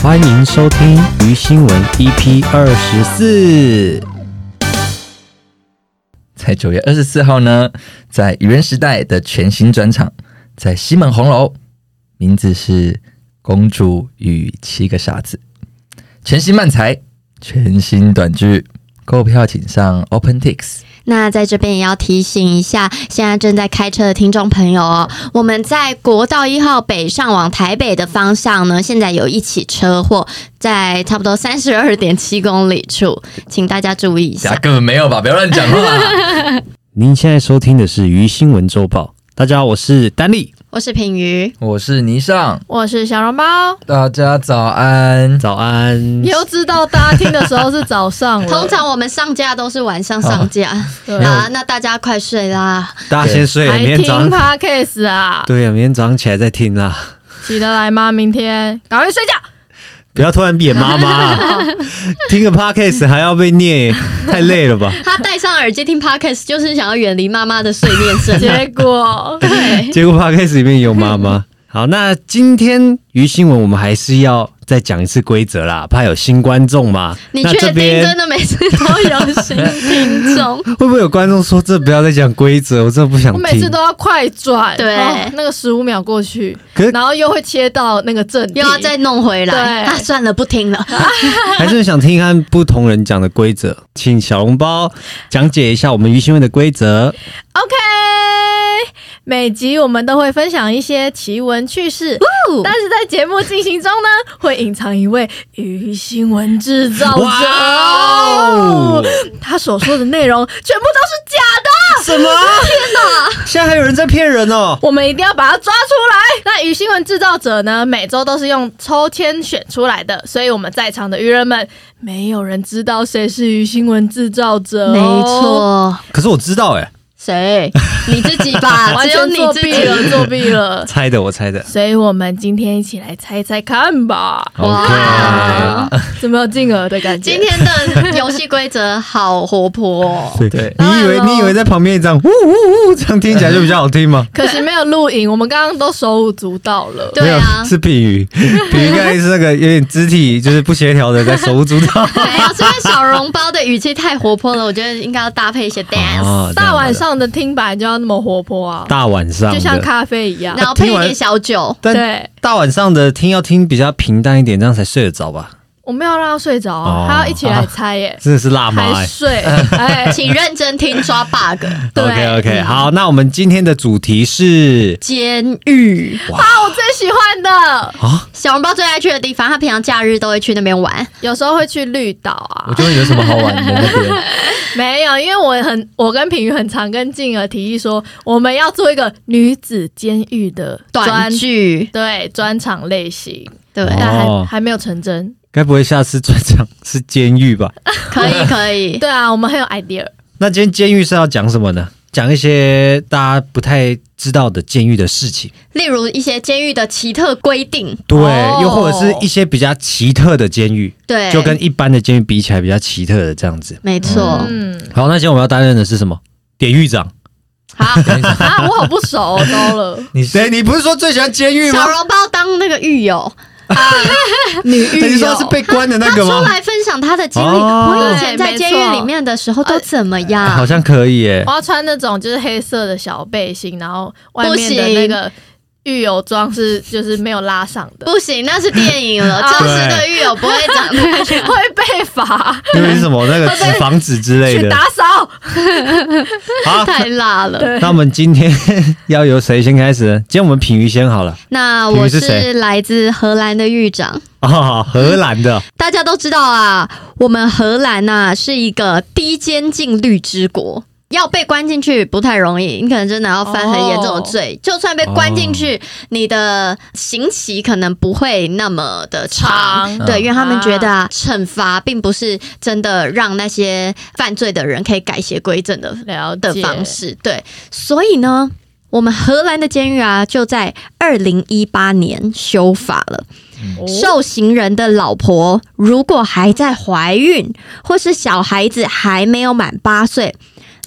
欢迎收听鱼新闻 EP24。 在9月24号呢，在愚人时代的全新专场，在西门红楼，名字是《公主与7个傻子》，全新漫才，全新短剧，购票请上 OpenTix。 那在这边也要提醒一下，现在正在开车的听众朋友哦，我们在国道1号北上往台北的方向呢，现在有一起车祸，在差不多32.7公里处，请大家注意一下。 根本没有吧，不要乱讲话。 您现在收听的是鱼新闻周报。大家好，我是丹立， 我是品瑜， 我是倪尚， 我是小笼包。 大家早安， 早安。 你又知道大家听的时候是早上了， 通常我们上架都是晚上上架啊，那大家快睡啦， 大家先睡了， 还明天早听上 Podcast 啊？ 对啊，明天早上起来再听啦。 起得来吗？明天赶快睡觉。 不要突然扁妈妈，听个 podcast 还要被念，太累了吧？ 他戴上耳机听 podcast 就是想要远离妈妈的碎念声， 结果对， 结果 podcast 里面也有妈妈。好，那今天鱼新闻我们还是要再讲一次规则啦，怕有新观众嘛。 你确定真的每次都有新听众？ 会不会有观众说这不要再讲规则，我真的不想听。 我每次都要快转， 对那个15秒过去可是， 然后又会切到那个正题， 又要再弄回来， 对啊，算了，不听了。 还是想听看不同人讲的规则，请小笼包讲解一下我们鱼新闻的规则。 OK， 每集我们都会分享一些奇闻趣事，但是在节目进行中呢，会隐藏一位鱼新闻制造者， 哇他所说的内容全部都是假的。 什么？天哪！现在还有人在骗人哦！ 我们一定要把它抓出来。那鱼新闻制造者呢，每周都是用抽签选出来的，所以我们在场的鱼人们，没有人知道谁是鱼新闻制造者、 没错， 可是我知道哎， 谁？你自己吧， 完只有全作你自己弊了，作弊了。 猜的，我猜的。 所以我们今天一起来猜猜看吧。 哇 OK， 怎么有进而的感觉？ 今天的游戏规则好活泼哦。 对， 你以为在旁边这样呜呜呜，这样听起来就比较好听吗？ 可惜没有录影，我们刚刚都手舞足蹈了。 对啊没有，是品瑜，品瑜刚才是那个有点肢体就是不协调的，在手舞足蹈。 没有，是因为小笼包的语气太活泼了，我觉得应该要搭配一些 dance，、 哦大晚上的听本来就要那么活泼啊， 大晚上的就像咖啡一样。 然后配一点小酒。 但对， 大晚上的听要听比较平淡一点，这样才睡得着吧？ 我们要让他睡着啊， 哦他要一起来猜耶， 真的是辣妈哎。 还睡。哎， 请认真听，抓 bug。 对 OK， 好，那我们今天的主题是监狱， 啊，我最喜欢的， 啊， 小笼包最爱去的地方，他平常假日都会去那边玩。 有时候会去绿岛啊我。觉得有什么好玩的那边？ 没有，因为我跟品瑜很常跟静儿提议说，我们要做一个女子监狱的短剧， 对专场类型， 对， 但哦还没有成真。 该不会下次专场是监狱吧？ 可以可以。 对啊，我们很有 idea。 那今天监狱是要讲什么呢？讲一些大家不太知道的监狱的事情， 例如一些监狱的奇特规定， 对， 哦又或者是一些比较奇特的监狱， 对， 就跟一般的监狱比起来比较奇特的这样子。 没错。 嗯， 好，那今天我们要担任的是什么？典狱长。 好， 啊，我好不熟哦，糟了， 你不是说最喜欢监狱吗小？笼包当那个狱友， 女狱友你说是被关的那个他出吗？ 来分享他的经历。 哦我以前在监狱里面的时候都怎么样？ 好像可以耶我。要穿那种就是黑色的小背心，然后外面的那个狱友装是就是没有拉上的， 不行，那是电影了。 啊真实的狱友不会长那样。 会被罚， 因为是什么那个纸房子之类的。 去打扫。 好， 太辣了。 对， 那我们今天要由谁先开始呢？今天我们品瑜先好了。 那我你是谁是来自荷兰的狱长。 哦，荷兰的。 大家都知道啊，我们荷兰呐、是一个低监禁律之国。要被关进去不太容易，你可能真的要犯很严重的罪。就算被关进去，你的刑期可能不会那么的长。对，因为他们觉得啊，惩罚并不是真的让那些犯罪的人可以改邪归正的了解方式。对，所以呢，我们荷兰的监狱啊，就在2018年修法了。受刑人的老婆如果还在怀孕，或是小孩子还没有满8岁，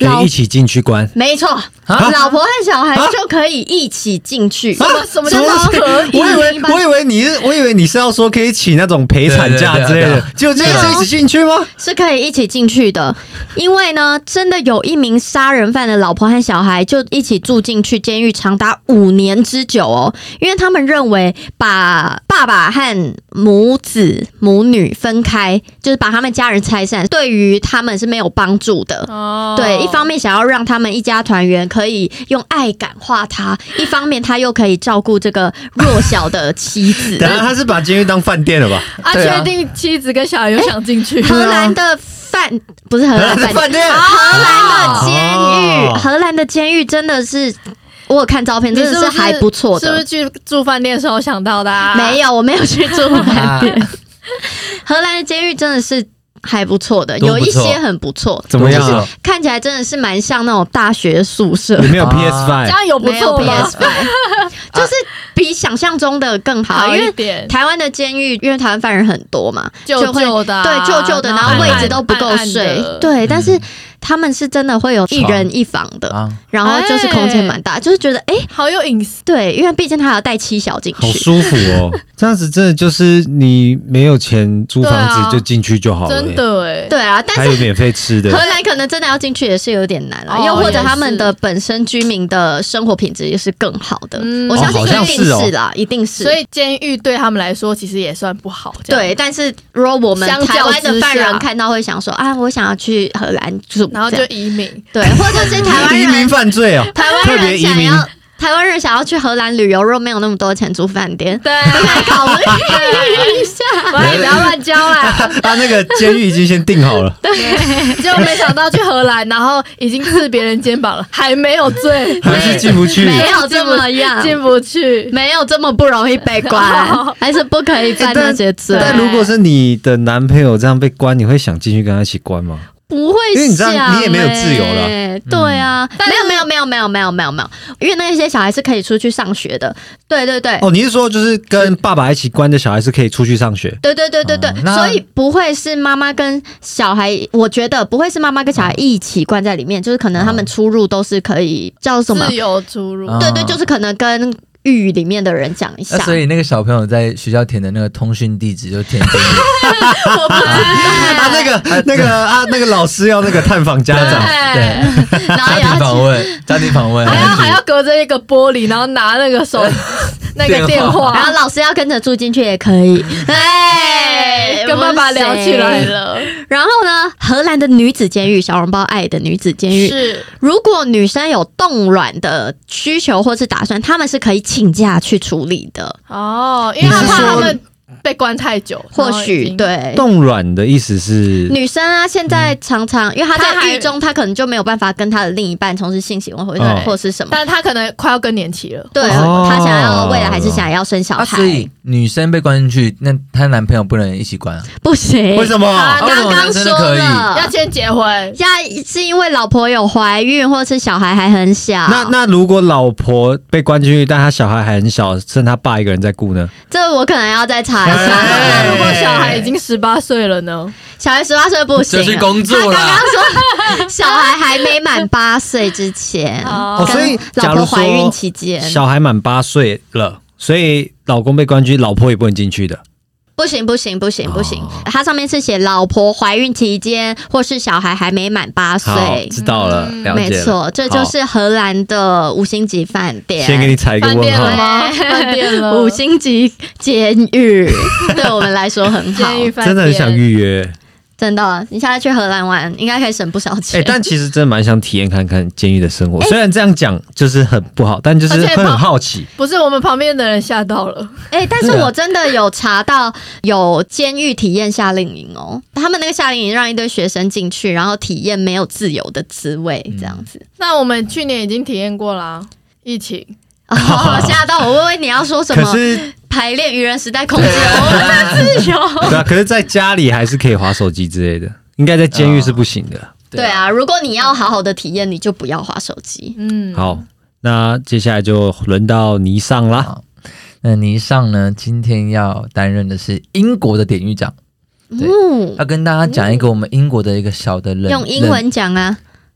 可以一起进去关。 没错，老婆和小孩就可以一起进去。 什么叫可以？ 我以为你是要说可以请那种陪产假之类的，就这样一起进去吗？ 是可以一起进去的，因为呢，真的有一名杀人犯的老婆和小孩就一起住进去监狱长达5年之久哦，因为他们认为把爸爸和母子母女分开，就是把他们家人拆散，对于他们是没有帮助的。对，一方面想要让他们一家团圆，可以用爱感化他；一方面他又可以照顾这个弱小的妻子。 等下他是把监狱当饭店了吧？ 确定妻子跟小孩有想进去？ 荷兰的不是荷兰饭店，荷兰的监狱真的是。我有看照片，真的是还不错的。 是不是去住饭店的时候想到的？ 没有，我没有去住饭店。荷兰的监狱真的是还不错的，有一些很不错。 怎么样？ 看起来真的是蛮像那种大学宿舍。 有没有 PS5？ 这样有不错吗？ PS5 就是比想象中的更好，因为台湾的监狱，因为台湾犯人很多嘛， 旧旧的， 对，旧旧的，然后位置都不够睡，对，但是。他们是真的会有一人一房的，然后就是空间蛮大，就是觉得好有隐私。 对，因为毕竟他还要带妻小进去， 好舒服哦。这样子真的就是你没有钱租房子就进去就好了， 真的对啊，但是还有免费吃的。 荷兰可能真的要进去也是有点难啦，又或者他们的本身居民的生活品质也是更好的，我相信一定是啦，一定是。 所以监狱对他们来说其实也算不好。 对，但是如果我们台湾的犯人看到会想说我想要去荷兰住。 然后就移民， 对，或者是台湾人移民犯罪哦， 台湾人想要去荷兰旅游，如果没有那么多钱住饭店， 对， 可以考虑一下。 喂，不要乱交啦！ 他那个监狱已经先定好了， 对，结果没想到去荷兰，然后已经刺别人肩膀了，还没有罪， 还是进不去， 没有这么样， 进不去， 没有这么不容易被关，还是不可以犯那些罪。 但如果是你的男朋友这样被关，你会想进去跟他一起关吗？ 不会想， 因为你这样你也没有自由了。 对啊，没有，因为那些小孩是可以出去上学的。对。 哦，你是说就是跟爸爸一起关的小孩是可以出去上学？ 对，所以不会是妈妈跟小孩，我觉得不会是妈妈跟小孩一起关在里面，就是可能他们出入都是可以叫什么自由出入。 对，就是可能跟狱里面的人讲一下。 所以那个小朋友在学校填的那个通讯地址就填进去。 我不知道。 那个老师要那个探访家长， 对， 然后家庭访问， 还要隔着一个玻璃，然后拿那个手那个电话， 然后老师要跟着住进去也可以。 跟爸爸聊起来了。 然后呢，荷兰的女子监狱，小笼包爱的女子监狱是， 如果女生有冻卵的需求或是打算，他们是可以请假去处理的。 因为他怕他们被关太久， 或许对。 冻卵的意思是女生啊，现在常常因为她在狱中，她可能就没有办法跟她的另一半从事性行为或是什么， 但她可能快要更年期了。 对，她想要未来还是想要生小孩。 所以女生被关进去，那她男朋友不能一起关啊？ 不行， 为什么？ 刚刚说了要先结婚， 是因为老婆有怀孕，或是小孩还很小。 那如果老婆被关进去，但她小孩还很小，剩她爸一个人在顾呢？ 这我可能要再查一下。 那如果小孩已经18岁了呢？ 小孩18岁不行， 就去工作了。 他刚刚说小孩还没满8岁之前， 所以老婆怀孕期间， 小孩满8岁了，所以老公被关进去，老婆也不能进去的。 不行，它上面是写老婆怀孕期间，或是小孩还没满8岁。 知道了，了解了。 没错，这就是荷兰的5星级饭店。 先给你踩一个问号。 饭店了吗？饭店了 ，5星级监狱，对我们来说很好。 真的很想预约。 真的，你下次去荷兰玩，应该可以省不少钱。 但其实真的蛮想体验看看监狱的生活。虽然这样讲就是很不好，但就是会很好奇。 不是我们旁边的人吓到了。 但是我真的有查到有监狱体验夏令营哦，他们那个夏令营让一堆学生进去，然后体验没有自由的滋味，这样子。 那我们去年已经体验过啦，疫情。 吓到我，问你要说什么？ 可是排练愚人时代空自由，自由。 对啊，可是在家里还是可以滑手机之类的，应该在监狱是不行的。 对啊，如果你要好好的体验，你就不要滑手机。 好，那接下来就轮到倪尚啦。 那倪尚呢，今天要担任的是英国的典狱长。对，要跟大家讲一个我们英国的一个小的人， 用英文讲啊。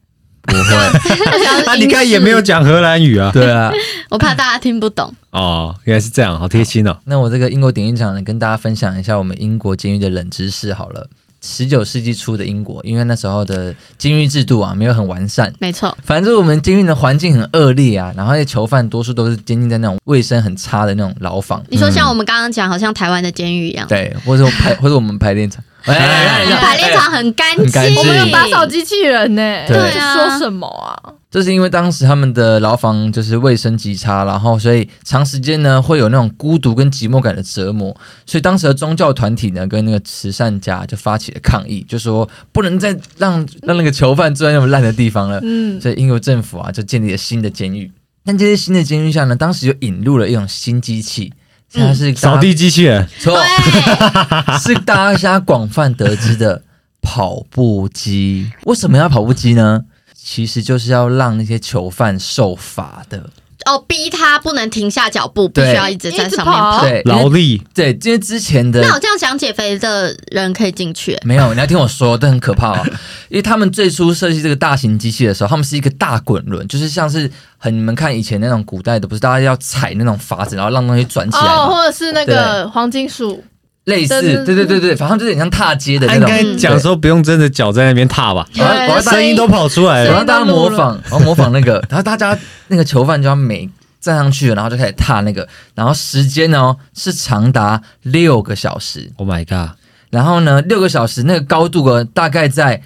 不会。 啊，你刚才也没有讲荷兰语啊？ 对啊， 我怕大家听不懂。 哦，原来是这样，好贴心哦。 那我这个英国典狱长呢，跟大家分享一下我们英国监狱的冷知识好了。19世纪初的英国，因为那时候的监狱制度啊没有很完善， 没错， 反正我们监狱的环境很恶劣啊，然后囚犯多数都是监禁在那种卫生很差的那种牢房。 你说像我们刚刚讲，好像台湾的监狱一样， 对，或者我们排练场， 排练场很干净， 很干净我们有打扫机器人呢， 对对啊说什么啊？ 这是因为当时他们的牢房就是卫生极差，然后所以长时间呢会有那种孤独跟寂寞感的折磨，所以当时的宗教团体呢跟那个慈善家就发起了抗议，就说不能再让那个囚犯住在那么烂的地方了。所以英国政府啊就建立了新的监狱。但这些新的监狱下呢，当时就引入了一种新机器，它是扫地机器人， 错，是大家广泛得知的跑步机。为什么要跑步机呢？其实就是要让那些囚犯受罚的。 哦，逼他不能停下脚步，必对须要一直在上面跑。 对， 劳力。 对，因为之前的那我这样想，减肥的人可以进去？ 没有，你要听我说，这很可怕哦。因为他们最初设计这个大型机器的时候，他们是一个大滚轮，就是像是你们看以前那种古代的，不是大家要踩那种筏子，然后让东西转起来吗？ 或者是那个黄金鼠， 类似，对，反正就是很像踏阶的那种。 应该讲说不用真的脚在那边踏吧， 我要声音都跑出来了。 我让大家模仿，我要模仿那个，然后大家那个囚犯就要每站上去，然后就开始踏那个，然后时间呢是长达6个小时。 Oh my god！ 然后呢，6个小时那个高度呢，大概在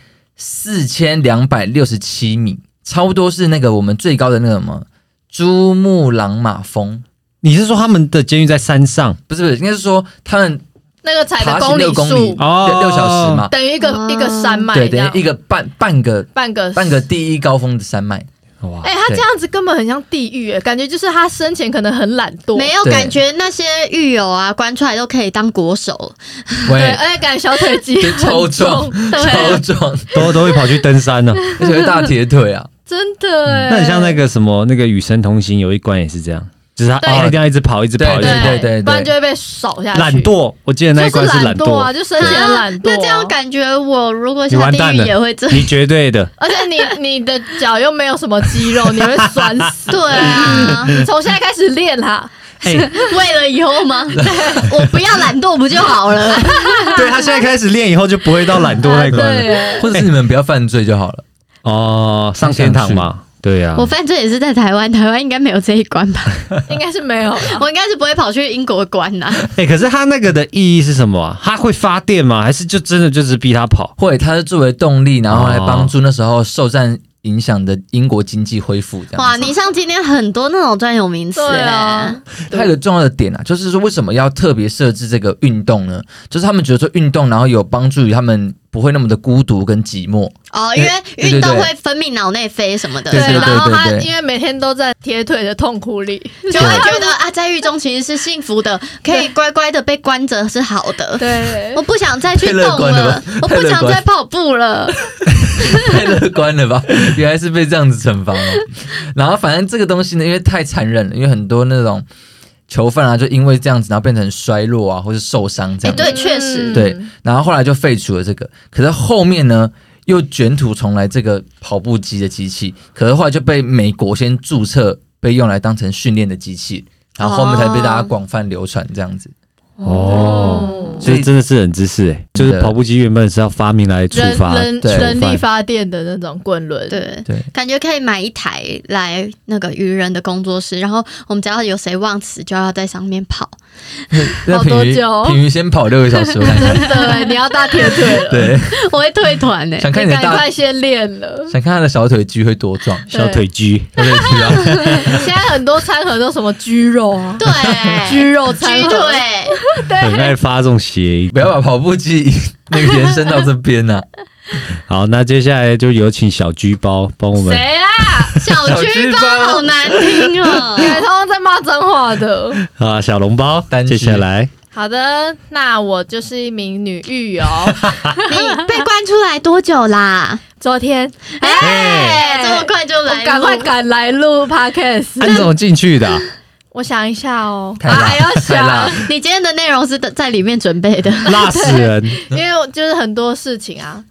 4267米，差不多是那个我们最高的那个什么珠穆朗玛峰。 你是说他们的监狱在山上？ 不是，应该是说他们那个踩的爬行公里 6公里数哦 6小时嘛， 等于一个山脉， 对，等于一个半个第一高峰的山脉。 哇， 他这样子根本很像地狱耶，感觉就是他生前可能很懒惰， 没有对感觉那些狱友啊，关出来都可以当国手。 对，而且感觉小腿肌很超壮，超壮， 都会跑去登山呢， 而且会大铁腿啊！ 真的哎。 那很像那个什么那个《与神同行》有一关也是这样，就是他一定要一直跑，一直跑， 对， 不然就会被扫下去。 懒惰，我记得那一关是懒惰啊，就生前懒惰。 那这样感觉我如果你下地狱完蛋了， 也会这样。 你绝对的。 而且你的脚又没有什么肌肉，你会酸死。 对啊， 你从现在开始练啦。 哎， 为了以后吗？我不要懒惰不就好了？ 对他现在开始练以后就不会到懒惰那一关了。 对， 或者是你们不要犯罪就好了。 哦，上天堂嘛，对呀。 我犯罪也是在台湾，台湾应该没有这一关吧？ 应该是没有啦。 我应该是不会跑去英国关呐。 哎，可是他那个的意义是什么啊？他会发电吗？还是就真的就是逼他跑？ 或者它是作为动力，然后来帮助那时候受战影响的英国经济恢复。这样哇，你像今天很多那种专有名词对啊， 它有个重要的点啊，就是说为什么要特别设置这个运动呢？就是他们觉得说运动，然后有帮助于他们不会那么的孤独跟寂寞。 哦，因为运动会分泌脑内啡什么的， 对然后他因为每天都在铁腿的痛苦里， 就会觉得啊，在狱中其实是幸福的，可以乖乖的被关着是好的。 对， 我不想再去动了，我不想再跑步了。 太乐观了吧？原来是被这样子惩罚哦。然后反正这个东西呢，因为太残忍了，因为很多那种囚犯啊，就因为这样子，然后变成衰弱啊，或是受伤这样子。 对，确实， 对。然后后来就废除了这个，可是后面呢，又卷土重来这个跑步机的机器，可是后来就被美国先注册，被用来当成训练的机器，然后后面才被大家广泛流传这样子。 哦，所以真的是冷知识哎，就是跑步机原本是要发明来处罚人力发电的那种滚轮， 对，感觉可以买一台来那个渔人的工作室，然后我们只要有谁忘词，就要在上面跑。 那多久？ 平鱼先跑6个小时，我看看。 真的，你要大铁腿了。 对， 我会退团哎， 想看你的赶快先练了， 想看他的小腿肌会多壮， 小腿肌， 小腿肌啊！ 现在很多餐盒都什么居肉啊， 对， 居肉餐盒， 对， 很爱发这种谐音。 不要把跑步机那个延伸到这边呐。 好，那接下来就有请小居包帮我们。 谁啦？ 小居包好难听哦， 通通在骂脏话的啊，小笼包，接下来。 好的，那我就是一名女狱友。 你被关出来多久啦？ 昨天， 这么快就来， 赶快赶来录 podcast。 你怎么进去的？ 我想一下哦， 还要想。 你今天的内容是在里面准备的， 辣死人！ 因为就是很多事情啊。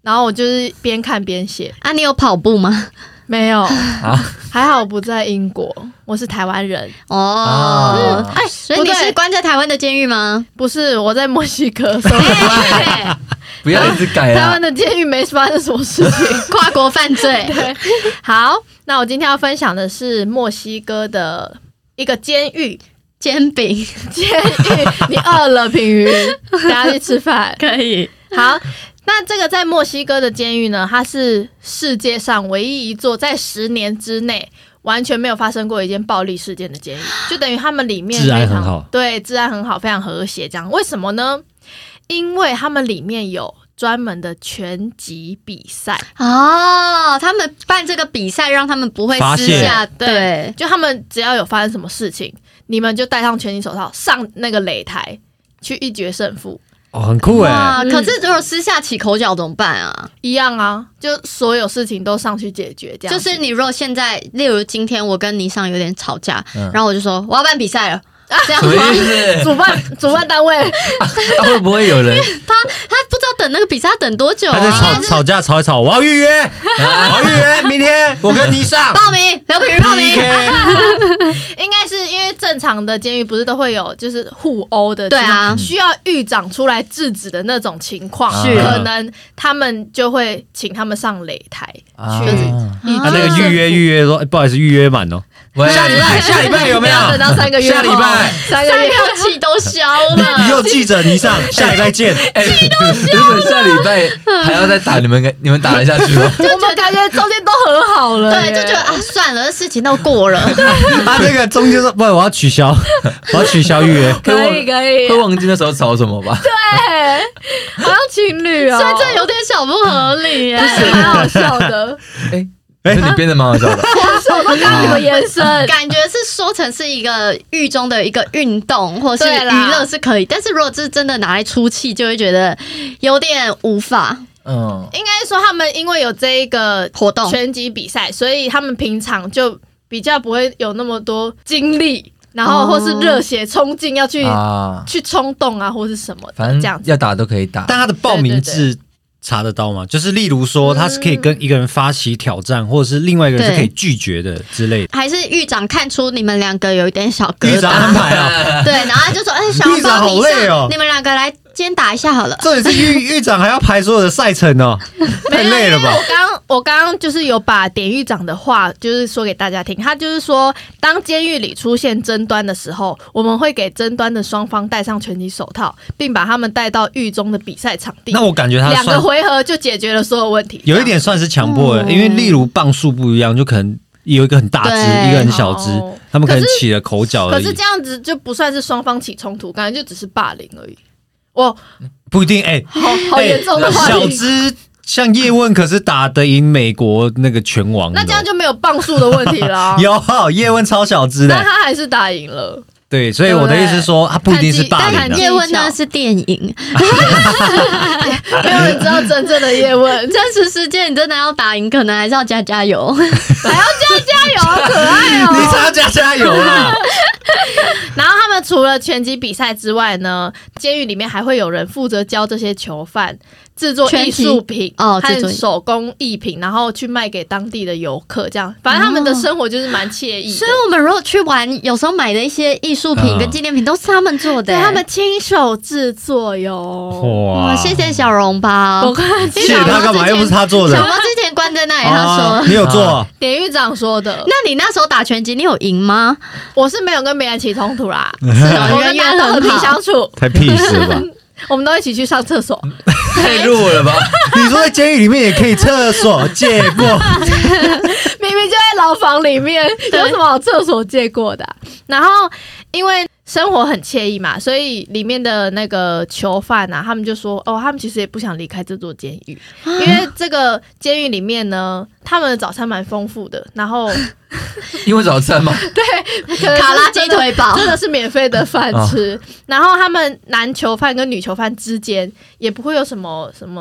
然后我就是边看边写。 啊，你有跑步吗？ 没有，还好我不在英国，我是台湾人。 哦，所以你是关在台湾的监狱吗？ 不是，我在墨西哥。 不要一直改台湾的监狱没发生什么事情， 跨国犯罪。 对，好，那我今天要分享的是墨西哥的一个监狱。 煎饼监狱，你饿了，品瑜，等下去吃饭。 可以。 好，那这个在墨西哥的监狱呢，它是世界上唯一一座在10年之内完全没有发生过一件暴力事件的监狱，就等于他们里面治安很好， 对，治安很好，非常和谐。这样为什么呢？因为他们里面有专门的拳击比赛哦，他们办这个比赛，让他们不会私下对， 就他们只要有发生什么事情，你们就戴上拳击手套，上那个擂台去一决胜负。 哦，很酷哎！ 可是如果私下起口角怎么办啊？ 一样啊，就所有事情都上去解决，这样。 就是你如果现在，例如今天我跟倪尚有点吵架，然后我就说我要办比赛了。这样吗？主办单位， 会不会有人？ 他不知道等那个比赛要等多久啊？ 他在吵架吵一吵，我要预约，明天我跟你上报名，刘品瑜报名。 应该是因为正常的监狱不是都会有就是互殴的， 对啊， 需要狱长出来制止的那种情况，可能他们就会请他们上擂台去。 他那个预约说，不好意思，预约满哦。下礼拜有没有？ 等到3个月后， 3个月后气都消了。 你有记者倪尚，下礼拜见。 气都消了，下礼拜还要再打，你们打得下去吗？ 我们感觉中间都和好了， 对，就觉得啊，算了，事情都过了。 他这个中间说，不，我要取消预约。 可以， 会忘记那时候吵什么吧？ 对，好像情侣哦， 所以这有点小不合理， 但是蛮好笑的。 是你编的蛮好笑的。 我都刚你们延伸， 感觉是说成是一个狱中的一个运动或是娱乐是可以，但是如果是真的拿来出气，就会觉得有点无法。 应该说他们因为有这一个活动拳击比赛，所以他们平常就比较不会有那么多精力，然后或是热血冲劲要去冲动啊，或是什么， 反正这样要打都可以打。 但他的报名制查得到吗？就是例如说，他是可以跟一个人发起挑战，或者是另外一个人是可以拒绝的之类的。 还是狱长看出你们两个有一点小疙瘩， 狱长安排啊， 对，然后他就说：“小王帮你上，你们两个来今天打一下好了。” 这里是狱长还要排所有的赛程哦，太累了吧？ 我刚刚就是有把典狱长的话就是说给大家听，他就是说，当监狱里出现争端的时候，我们会给争端的双方戴上拳击手套，并把他们带到狱中的比赛场地。 那我感觉他 2个回合就解决了所有问题， 有一点算是强迫的，因为例如磅数不一样，就可能有一个很大只，一个很小只，他们可能起了口角而已。 可是这样子就不算是双方起冲突，感觉就只是霸凌而已。 不一定好严重的话题。 小只像叶问可是打得赢美国那个拳王， 那这样就没有磅数的问题了。 有叶问超小只的， 但他还是打赢了。 对，所以我的意思是说，他不一定是霸凌的。 叶问那是电影， 没有人知道真正的叶问。 真实世界你真的要打赢，可能还是要加油， 还要加油，好可爱哦！ 你才要加油啦！ 然后他们除了拳击比赛之外呢，监狱里面还会有人负责教这些囚犯制作艺术品和手工艺品，然后去卖给当地的游客，这样反正他们的生活就是蛮惬意的。 所以我们如果去玩，有时候买的一些艺术品跟纪念品都是他们做的， 对，他们亲手制作哟。 哇，谢谢小笼包， 谢谢他干嘛？又不是他做的。 小猫之前关在那里，他说你有做， 典狱长说的。 那你那时候打拳击，你有赢吗？ 我是没有跟别人起冲突啦， 是我跟大家都和平相处， 太屁事了吧？ 我们都一起去上厕所， 太弱了吧？ 你说在监狱里面也可以厕所借过， 明明就在牢房里面，有什么好厕所借过的然后因为生活很惬意嘛，所以里面的那个囚犯啊，他们就说他们其实也不想离开这座监狱，因为这个监狱里面呢，他们的早餐蛮丰富的，然后因为早餐吗？ 对， 卡拉鸡腿堡真的是免费的饭吃。然后他们男囚犯跟女囚犯之间也不会有什么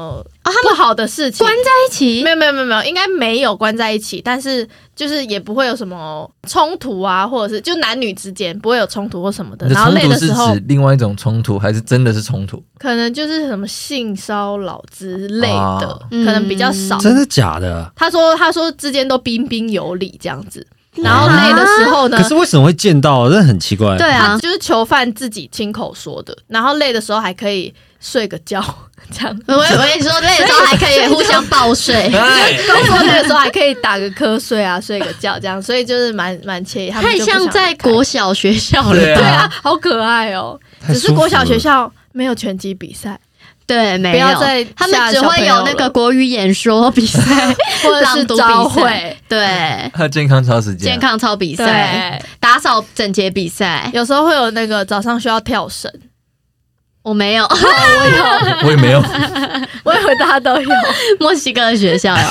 不好的事情关在一起没有，应该没有关在一起，但是就是也不会有什么冲突啊，或者是就男女之间不会有冲突或什么的。 你的然后累冲突是的时候指，另外一种冲突，还是真的是冲突？ 可能就是什么性骚扰之类的， 啊可能比较少。 真的假的？ 他说之间都彬彬有礼这样子，然后累的时候呢， 可是为什么会见到？真的很奇怪。 对啊， 他就是囚犯自己亲口说的，然后累的时候还可以睡个觉，这样。 我跟你说，累的时候还可以互相抱睡， 工作累的时候还可以打个瞌睡啊，睡个觉这样，所以就是蛮惬意。他们太就不想像在离开国小学校了。 对啊对啊，好可爱哦。 太舒服了只是国小学校没有拳击比赛， 对，没不要有， 再他们只会有那个国语演说比赛、 或者是朗读朝比赛， 会， 对， 还有健康操时间啊， 健康操比赛、 对， 打扫整洁比赛。 有时候会有那个早上需要跳绳， 我没有， 我也没有。 我以为大家都有。 墨西哥的学校有。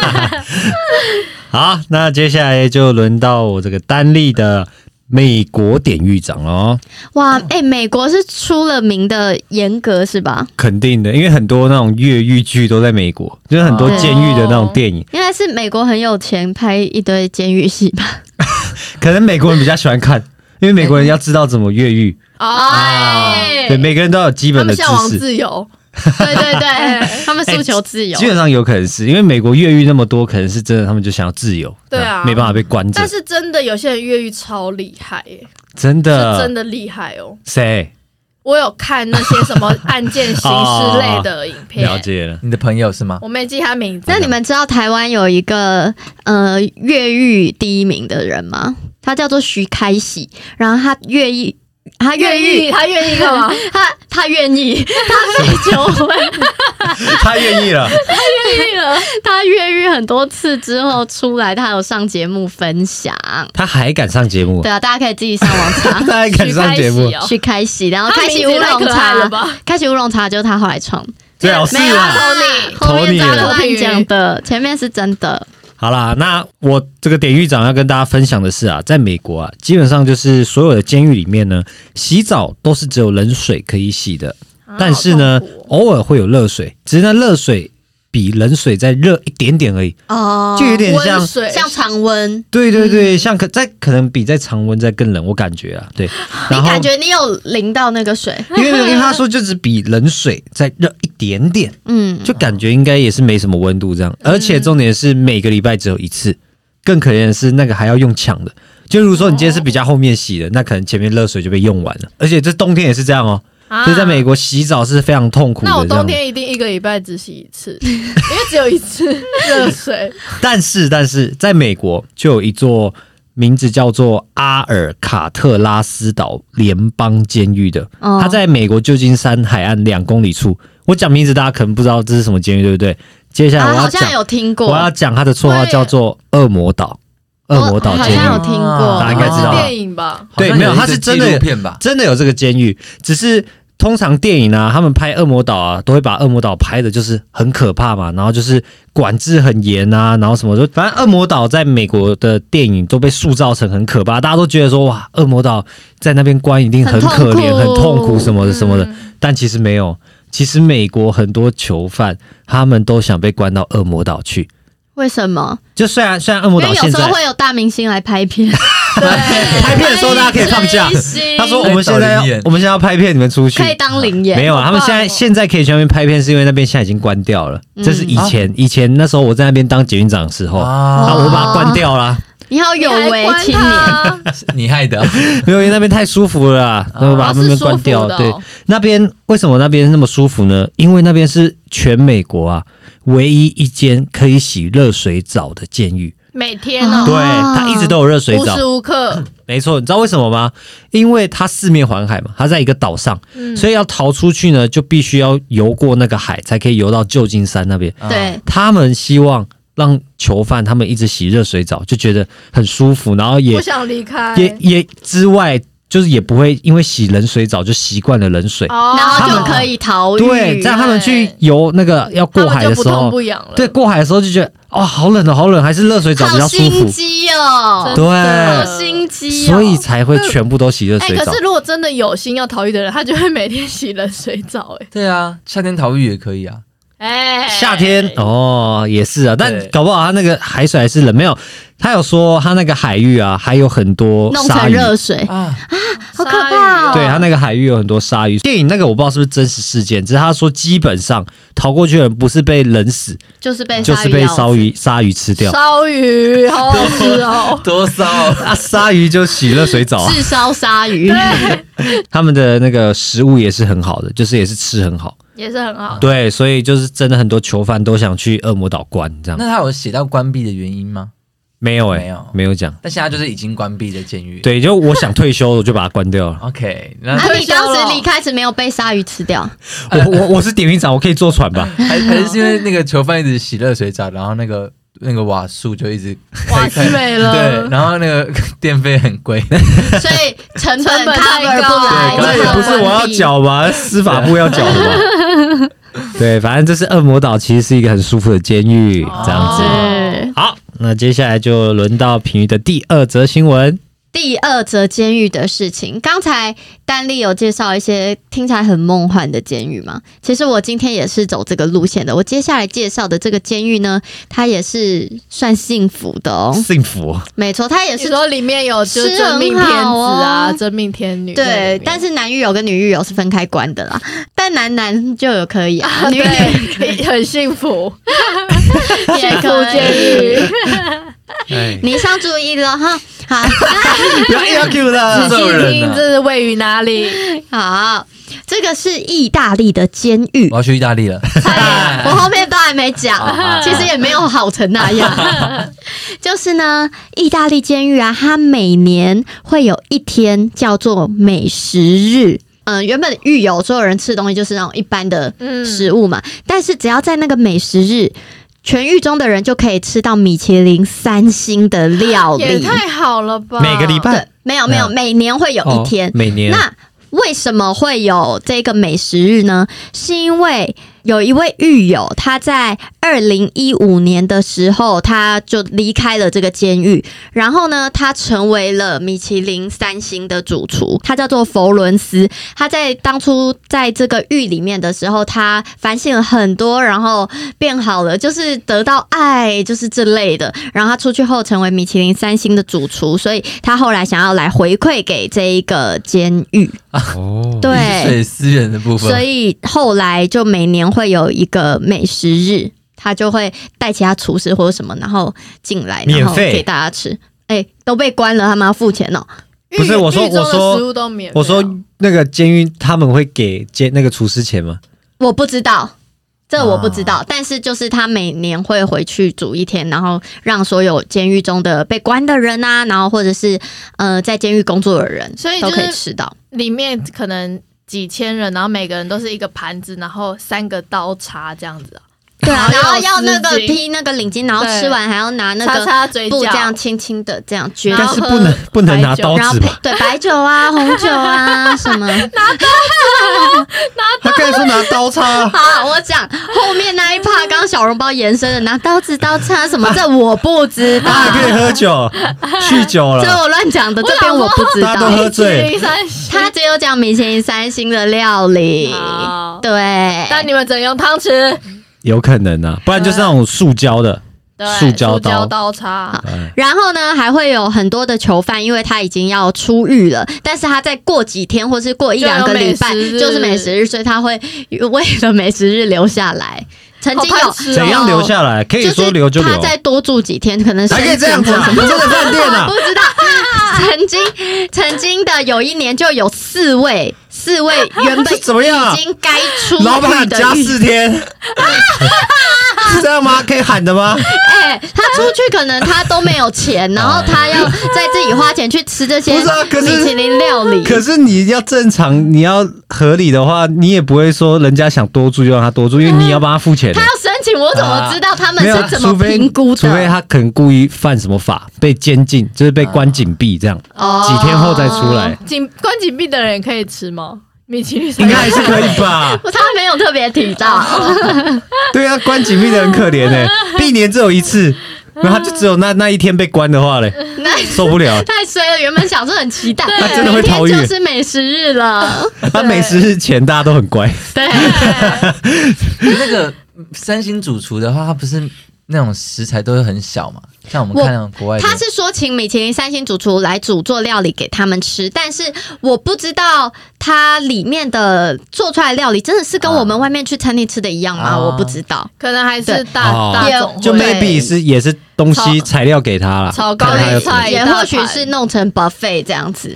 好，那接下来就轮到我这个丹立的美国典狱长哦。 哇，美国是出了名的严格是吧？ 肯定的，因为很多那种越狱剧都在美国，就是很多监狱的那种电影， 应该是美国很有钱，拍一堆监狱戏吧？ 可能美国人比较喜欢看，因为美国人要知道怎么越狱，对，每个人都有基他本的知们向往识。 自由， 对对对，他们诉求自由。 基本上有可能是因为美国越狱那么多，可能是真的，他们就想要自由， 对啊没办法被关着但，是真的有些人越狱超厉害耶， 真是的真的厉害哦。 谁我有看那些什么案件刑事类的影片， 了解了？ 你的朋友是吗？ 我没记他名字。 那你们知道台湾有一个越狱第一名的人吗？他叫做徐开喜，然后他越狱他干嘛？他愿意，他被求婚， 他愿意了， 他越狱很多次之后出来，他有上节目分享。 他还敢上节目对？啊，大家可以自己上网查。 他还敢上节目？ 去开喜，然后他开喜乌龙名字也太可爱了吧茶，开喜乌龙茶就是他后来创， 最好是没有啊。 后面投你了乱讲的，前面是真的。 好啦，那我这个典狱长要跟大家分享的是啊，在美国啊，基本上就是所有的监狱里面呢，洗澡都是只有冷水可以洗的，但是呢，偶尔会有热水，只是那热水比冷水再热一点点而已， 哦， 就有点像温水像常温。 对对对，像可能比在常温再更冷，我感觉啊，对。 你然后感觉你有淋到那个水？ 因为他说就只比冷水再热一点点，就感觉应该也是没什么温度这样，而且重点是每个礼拜只有一次，更可怜的是那个还要用抢的。就如果说你今天是比较后面洗的，那可能前面热水就被用完了，而且这冬天也是这样哦。所以在美国洗澡是非常痛苦的。 那我冬天一定一个礼拜只洗一次，因为只有一次热水。 但是在美国就有一座名字叫做阿尔卡特拉斯岛联邦监狱的，它在美国旧金山海岸2公里处。我讲名字大家可能不知道这是什么监狱，对不对？接下来我要讲， 好像有听过， 我要讲它的绰号叫做恶魔岛。恶魔岛好监狱， 像有听过， 大家应该知道电影吧？ 对，没有，它是真的纪录片吧？ 真的有这个监狱，只是通常电影啊，他们拍恶魔岛啊，都会把恶魔岛拍的就是很可怕嘛，然后就是管制很严啊，然后什么就反正恶魔岛在美国的电影都被塑造成很可怕，大家都觉得说哇，恶魔岛在那边关一定很可怜、很痛苦什么的什么的，但其实没有，其实美国很多囚犯他们都想被关到恶魔岛去。 为什么？ 就虽然恶魔岛现在因为有时候会有大明星来拍片， 拍片的时候大家可以放假。他说我们现在要拍片，你们出去可以当灵演。 没有啊，他们现在可以去那边拍片，是因为那边现在已经关掉了。这是以前那时候我在那边当检狱长的时候，那我把它关掉了。 你好有为青年， 你害的， 没有，因为那边太舒服了啦，然后把那边关掉。对，那边为什么那边那么舒服呢？因为那边是全美国啊唯一一间可以洗热水澡的监狱。 每天哦， 对，它一直都有热水澡， 无时无刻。 没错，你知道为什么吗？因为它四面环海嘛，它在一个岛上，所以要逃出去呢，就必须要游过那个海，才可以游到旧金山那边。 对， 他们希望让囚犯他们一直洗热水澡，就觉得很舒服，然后也不想离开， 也之外。就是也不会因为洗冷水澡就习惯了冷水， 然后就可以逃狱。 对，这样他们去游那个要过海的时候， 他们就不痛不痒了。 对，过海的时候就觉得哦，好冷哦，好冷，还是热水澡比较舒服。 好心机哦， 对， 好心机哦， 所以才会全部都洗热水澡。 可是如果真的有心要逃狱的人，他就会每天洗冷水澡。 对啊，夏天逃狱也可以啊。 夏天也是啊，但对搞不好它那个海水还是冷，没有。他有说他那个海域啊，还有很多弄成鲨鱼， 热水， 啊， 好可怕哦！ 对他那个海域有很多鲨鱼。电影那个我不知道是不是真实事件，只是他说基本上逃过去的人不是被冷死， 就是被就是被鲨鱼吃掉。 烧鱼好好吃哦， 多骚啊，鲨鱼就洗热水澡啊， 炙烧鲨鱼， 他们的那个食物也是很好的，就是也是吃很好。 也是很好。 对，所以就是真的很多囚犯都想去恶魔岛关这样。 那他有写到关闭的原因吗？ 没有没有讲。 但现在就是已经关闭的监狱。 对，就我想退休，我就把它关掉了。 ，OK， 那那你当时离开时没有被鲨鱼吃掉？ 我是典狱长，我可以坐船吧？ 还是因为那个囚犯一直洗热水澡，然后那个瓦数就一直瓦斯没了， 对，然后那个电费很贵， 所以成本太 cover 高不来， 那也不是我要缴吧，司法部要缴的吧？对，反正这是恶魔岛，其实是一个很舒服的监狱，这样子。 是好，那接下来就轮到品瑜的第二则新闻。 第二则监狱的事情，刚才丹丽有介绍一些听起来很梦幻的监狱嘛，其实我今天也是走这个路线的。我接下来介绍的这个监狱呢，它也是算幸福的哦， 幸福， 没错，它也是你说里面有就是真命天子啊，真命天女， 对，但是男狱友跟女狱友是分开关的啦，但男就有可以啊，女对很幸福， 也幸福可监以。 哎， 你上注意了哈，好。 不要硬要 Q 的。 这种人啊这是位于哪里？ 好，这个是意大利的监狱我。要去意大利了。 我后面都还没讲，其实也没有好成那样。就是呢，意大利监狱啊，它每年会有一天叫做美食日。原本狱友所有人吃的东西就是那种一般的食物嘛，但是只要在那个美食日，全狱中的人就可以吃到米其林3星的料理。 也太好了吧！ 每个礼拜对，没有，每年会有一天。 每年那为什么会有这个美食日呢？是因为有一位狱友，他在2015年的时候，他就离开了这个监狱，然后呢，他成为了米其林3星的主厨，他叫做佛伦斯。他在当初在这个狱里面的时候，他反省了很多，然后变好了，就是得到爱，就是这类的。然后他出去后成为米其林3星的主厨，所以他后来想要来回馈给这一个监狱。 哦， 对， 所以私人的部分， 所以后来就每年会有一个美食日，他就会带其他厨师或者什么，然后进来，然后免费给大家吃。都被关了，他们要付钱哦。 不是我说狱中的食物都免费啊， 我说那个监狱他们会给那个厨师钱吗？ 我不知道，这我不知道，但是就是他每年会回去煮一天，然后让所有监狱中的被关的人啊，然后或者是在监狱工作的人， 所以就是都可以吃到。 里面可能几千人，然后每个人都是一个盘子，然后3个刀叉这样子啊。 对啊，然后有要那个丝巾披那个领巾，然后吃完还要拿那擦个擦嘴角， 布这样轻轻的这样撅然后但是不能拿刀然后子吧？ 配对白酒啊、红酒啊什么。 他刚才说拿刀叉， 好，我讲后面那一趴，刚刚小笼包延伸的拿刀子、刀叉什么，这我不知道， 他还可以喝酒、酗酒了， 这我乱讲的，这边我不知大家都道。 喝醉。 米其林3星他只有讲米其林3星的料理好， 对， 但你们只能用汤匙， 有可能啊，不然就是那种塑胶的。 对， 塑胶刀刀叉， 然后呢，还会有很多的囚犯，因为他已经要出狱了，但是他再过几天或是过1-2个礼拜就有美食日就是美食日，所以他会为了美食日留下来。曾经有好贪吃哦怎样留下来？可以说留就留他，再多住几天，可能还可以这样子啊？ 申请这个饭店啊不，知道。曾经的有一年就有四位原本这怎么样啊已经该出狱老板的加4天，是这样吗？可以喊的吗？ 他出去可能他都没有钱，然后他要再自己花钱去吃这些不是啊可是米其林料理。 可是你要正常，你要合理的话，你也不会说人家想多住就让他多住，因为你要帮他付钱的他。要申请，我怎么知道他们没有是怎么除非评估的？ 除非他可能故意犯什么法，被监禁，就是被关紧闭这样， 哦几天后再出来， 关紧闭的人也可以吃吗？米其林应该还是可以吧？ 他没有特别提到。 对啊，关紧闭的很可怜呢，一年只有一次，然后他就只有那一天被关的话嘞， 那受不了。 太衰了，原本想说很期待， 他真的会逃狱明天就是美食日了。 他美食日前大家都很乖， 对， 那个三星主厨的话，他不是那种食材都会很小嘛？像我们看那种国外的， 他是说请米其林3星主厨来煮做料理给他们吃，但是我不知道它里面的做出来的料理真的是跟我们外面去餐厅吃的一样吗？我不知道， 可能还是对大众就 maybe 也是东西材料给他了， 炒高丽菜， 也或许是弄成 buffet 这样子。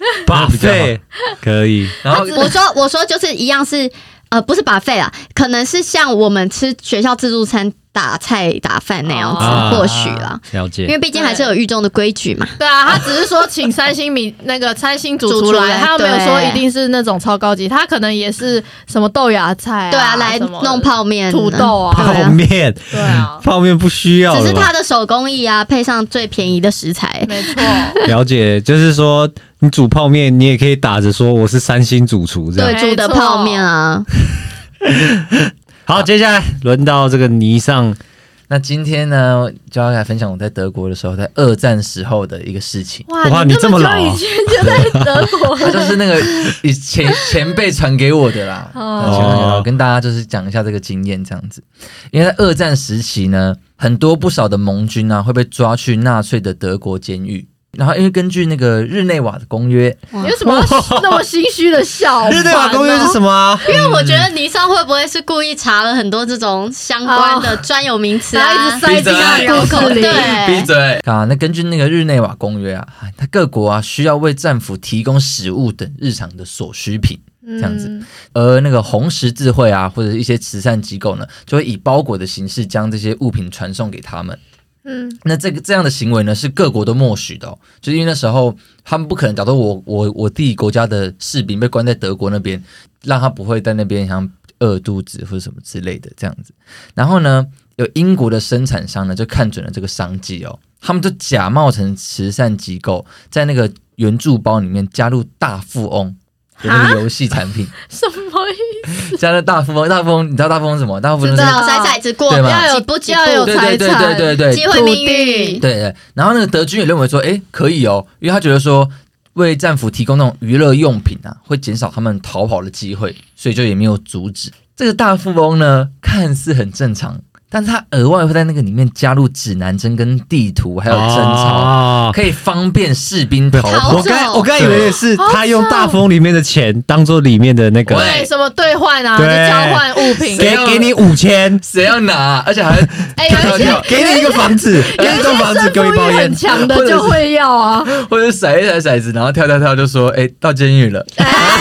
buffet 可以， 然后我说就是一样是不是 buffet 啦，可能是像我们吃学校自助餐打菜打饭那样子，或许啦， 了解。 因为毕竟还是有狱中的规矩嘛。 对啊，他只是说请3星那个3星主厨来，他没有说一定是那种超高级，他可能也是什么豆芽菜对啊，来弄泡面、 土豆啊， 泡面， 对啊， 泡面不需要， 只是他的手工艺啊，配上最便宜的食材， 没错。 了解，就是说你煮泡面，你也可以打着说我是3星主厨这样。 对，煮的泡面啊。 好，接下来轮到这个倪尚。 那今天呢，就要来分享我在德国的时候，在2战时候的一个事情。 哇，你这么老， 以前就在德国， 他就是那个前辈传给我的啦。我跟大家就是讲一下这个经验，这样子。因为在2战时期呢，不少的盟军啊会被抓去纳粹的德国监狱。然后，因为根据那个日内瓦的公约， 你为什么那么心虚的笑？ 日内瓦公约是什么啊？ 因为我觉得倪尚会不会是故意查了很多这种相关的专有名词啊， 一直塞进他的口里。 闭嘴啊！那根据那个日内瓦公约啊，它各国啊需要为战俘提供食物等日常的所需品。这样子，而那个红十字会啊，或者一些慈善机构呢，就会以包裹的形式将这些物品传送给他们。那这样的行为呢，是各国都默许的就是因为那时候他们不可能，假如我自己国家的士兵被关在德国那边，让他不会在那边像饿肚子或者什么之类的这样子。然后呢，有英国的生产商呢就看准了这个商机他们就假冒成慈善机构，在那个援助包里面加入大富翁的那个游戏产品。 什么意思？ 加入大富翁，你知道大富翁什么？大富翁就是骰骰子过几步几步， 要有财产， 对， 机会命运， 对。然后那个德军也认为说，可以因为他觉得说为战俘提供那种娱乐用品啊，会减少他们逃跑的机会，所以就也没有阻止。这个大富翁呢，看似很正常。但他额外会在那个里面加入指南针、跟地图，还有贞操，可以方便士兵逃跑。 我刚以为的是他用大富翁里面的钱当做里面的那个， 对，什么兑换啊，就交换物品， 给你5000， 谁要拿？而且还给你一个房子，给你一栋房子，给我一包烟， 很强的就会要啊， 或者甩一台骰子，然后跳就说，到监狱了。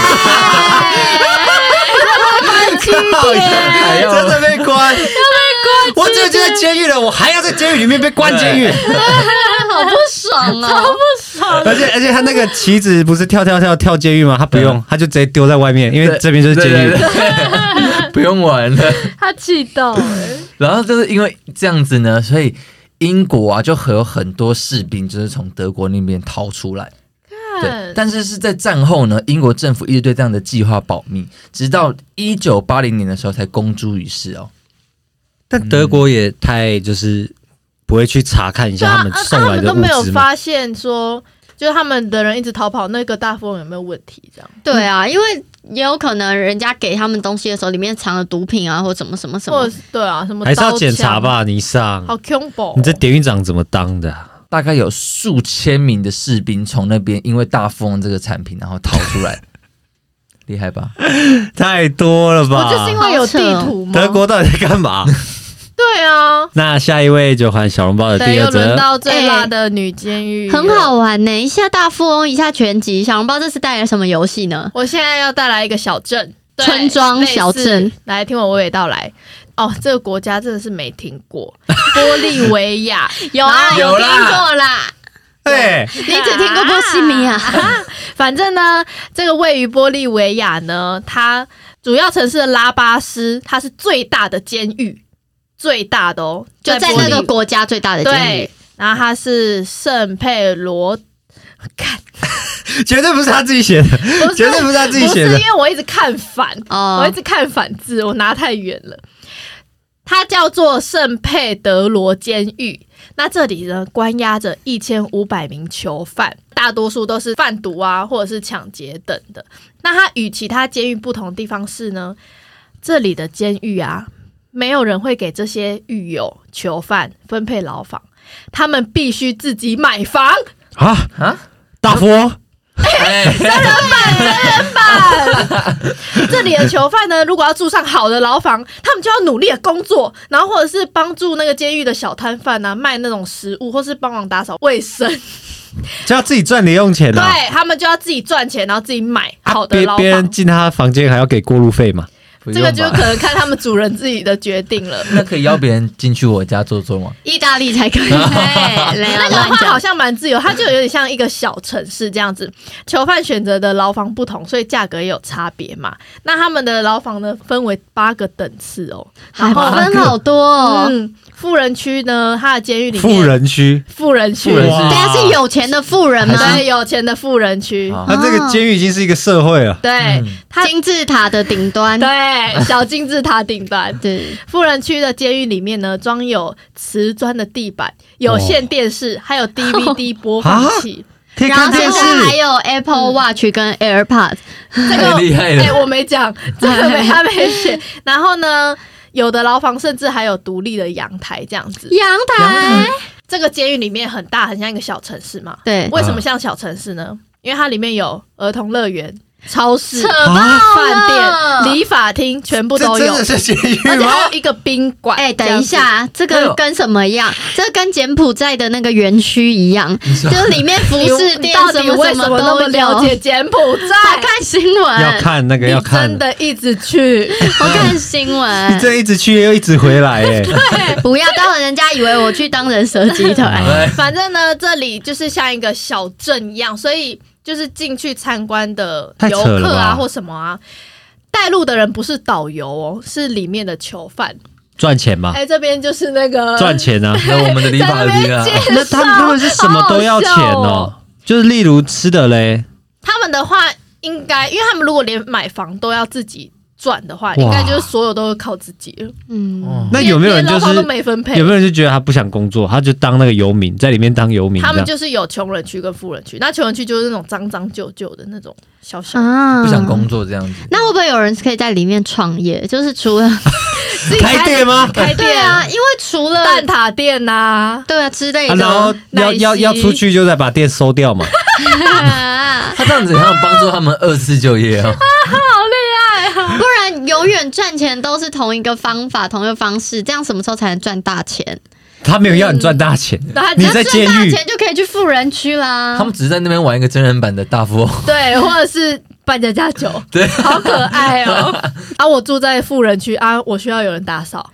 真的被关。我这就在监狱了，我还要在监狱里面被关监狱， 好不爽啊！ 超不爽！ 而且他那个棋子不是跳监狱吗？他不用，他就直接丢在外面，因为这边就是监狱， 不用玩了。 他气到了。 然后就是因为这样子呢，所以英国啊就有很多士兵就是从德国那边逃出来。对，但是在战后呢，英国政府一直对这样的计划保密，直到1980年的时候才公诸于世但德国也太就是不会去查看一下他们送来的物资吗？ 他们都没有发现说，就是他们的人一直逃跑，那个大富翁有没有问题？这样对啊，因为也有可能人家给他们东西的时候，里面藏了毒品啊，或什么， 或者对啊，什么还是要检查吧？倪尚， 好恐怖！ 你这典狱长怎么当的？ 大概有数千名的士兵从那边因为大富翁这个产品，然后逃出来。厉害吧？太多了吧？ 不就是因为有地图吗？ 德国到底在干嘛？ 对啊。 那下一位就换小笼包的第二则。 又轮到最辣的女监狱， 很好玩呢。一下大富翁，一下拳击。小笼包这次带来什么游戏呢？ 我现在要带来一个小镇， 村庄小镇。 来听我娓娓道来。这个国家真的是没听过，玻利维亚有听过啦。 对， 你只听过波西米亚。 反正呢，这个位于玻利维亚呢，它主要城市的拉巴斯，它是最大的监狱，最大的就在那个国家最大的监狱。 对，然后它是圣佩罗， 绝对不是他自己写的，绝对不是他自己写的， 不是因为我一直看反，我一直看反字，我拿太远了。它叫做圣佩德罗监狱。那这里呢，关押着1500名囚犯，大多数都是贩毒啊，或者是抢劫等的。那它与其他监狱不同的地方是呢，这里的监狱啊， 没有人会给这些狱友、囚犯分配牢房，他们必须自己买房。 啊，大富翁。 真人版。这里的囚犯呢，如果要住上好的牢房，他们就要努力的工作，然后或者是帮助那个监狱的小摊贩啊，卖那种食物，或是帮忙打扫卫生。 就要自己赚零用钱啊！ 对，他们就要自己赚钱，然后自己买好的牢房。 别人进他房间还要给过路费嘛？ 这个就可能看他们主人自己的决定了。 那可以邀别人进去我家坐坐吗？ 意大利才可以。 那个的话好像蛮自由，它就有点像一个小城市这样子。囚犯选择的牢房不同，所以价格也有差别嘛。那他们的牢房呢，分为8个等次哦， 还分好多哦。 富人区呢，它的监狱里面富人区， 对啊，是有钱的富人吗？ 对，有钱的富人区。 那这个监狱已经是一个社会了。 对， 金字塔的顶端。 对，小金字塔顶端。 对， 富人区的监狱里面呢，装有瓷砖的地板、有线电视，还有 DVD 播放器。 然后现在还有 Apple Watch 跟 AirPods， 这个厉害了。 我没讲，这个他没写。然后呢，有的牢房甚至还有独立的阳台这样子。 阳台， 这个监狱里面很大，很像一个小城市嘛。 对， 为什么像小城市呢？因为它里面有儿童乐园、超市、 饭店、理发厅，全部都有。 真的是监狱吗？ 而且还有一个宾馆。 等一下，这个跟什么一样？这跟柬埔寨的那个园区一样，就是里面服饰店什么为什么那么了解柬埔寨？ 我看新闻， 要看那个要看， 真的一直去。 我看新闻， 你这一直去又一直回来哎。 对， 不要当人家以为我去当人蛇集团。 反正呢，这里就是像一个小镇一样，所以就是进去参观的游客啊或什么啊，带路的人不是导游哦，是里面的囚犯。 赚钱吗？ 这边就是那个赚钱啊， 那我们的理发厅啊， 那他们是什么都要钱哦，就是例如吃的嘞。 他们的话应该，因为他们如果连买房都要自己赚的话，应该就是所有都是靠自己了。 那有没有人就是都没分配？ 有没有人就觉得他不想工作，他就当那个游民，在里面当游民？ 他们就是有穷人区跟富人区，那穷人区就是那种脏脏旧旧的那种小小不想工作这样子。 那会不会有人可以在里面创业？就是除了开店吗？ 开店啊，因为除了蛋挞店呐， 对啊之类的， 然后要出去就再把店收掉嘛。 他这样子要帮助他们2次就业啊。 好厉害啊！ 不然永远赚钱都是同一个方法、同一个方式，这样什么时候才能赚大钱？ 他没有要你赚大钱，你在监狱赚大钱就可以去富人区啦。 他们只是在那边玩一个真人版的大富翁， 对，或者是扮家家酒， 对， 好可爱哦。我住在富人区啊，我需要有人打扫，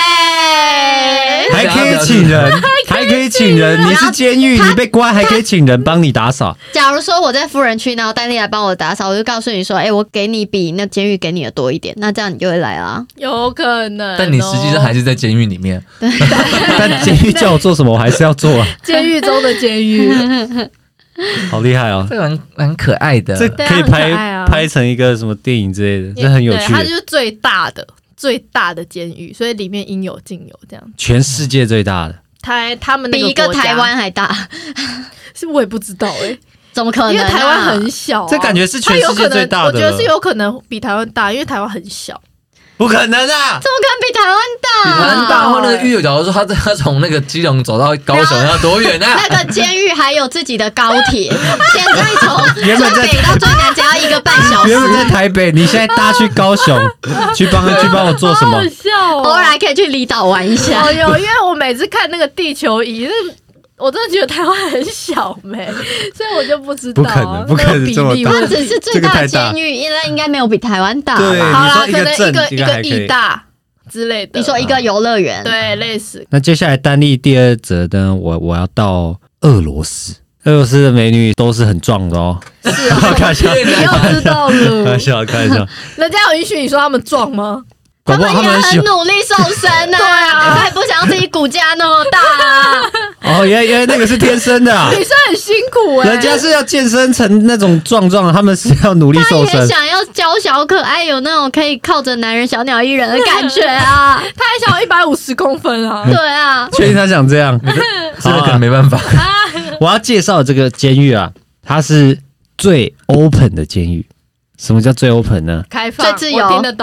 还可以请人，还可以请人。你是监狱，你被关还可以请人帮你打扫。 假如说我在富人区，然后丹妮来帮我打扫，我就告诉你说，我给你比那监狱给你的多一点，那这样你就会来啦。 有可能， 但你实际上还是在监狱里面。 但监狱叫我做什么，我还是要做啊。 监狱中的监狱， 好厉害哦！ 这个蛮可爱的， 这可以拍成一个什么电影之类的，这很有趣。 它就是最大的监狱，所以里面应有尽有，这样。 全世界最大的， 他们那个比一个台湾还大， 是我也不知道怎么可能？ 因为台湾很小， 这感觉是全世界最大的。 我觉得是有可能比台湾大，因为台湾很小。 不可能啊！ 怎么可能比台湾大？ 比台湾大的话，那个狱友假如说他从那个基隆走到高雄要多远啊？ 那个监狱还有自己的高铁，现在从最北到最南只要1个半小时。 原本在台北，你现在搭去高雄，去帮我做什么？ 好笑哦！ 偶尔还可以去离岛玩一下。 因为我每次看那个地球仪，我真的觉得台湾很小所以我就不知道。 不可能这么大。 它只是最大的监狱，应该没有比台湾大。 对， 好啦，可能一个亿大之类的。 你说一个游乐园， 对，类似。 那接下来丹妮第2则呢，我要到俄罗斯。俄罗斯的美女都是很壮的哦。 是啊， 开玩笑， 你又知道了。 开玩笑。 人家有允许你说他们壮吗？ 他们也很努力瘦身啊，对啊，他也不想要自己骨架那么大啊。 原来那个是天生的啊！ 女生很辛苦人家是要健身成那种壮壮，他们是要努力瘦身。 他也想要娇小可爱，有那种可以靠着男人小鸟依人的感觉啊。 他还想150公分啊！ 对啊， 确定他想这样？ 这个可能没办法。 我要介绍这个监狱啊，它是最 open 的监狱。什么叫最 open 呢？ 开放， 最自由， 我听得懂。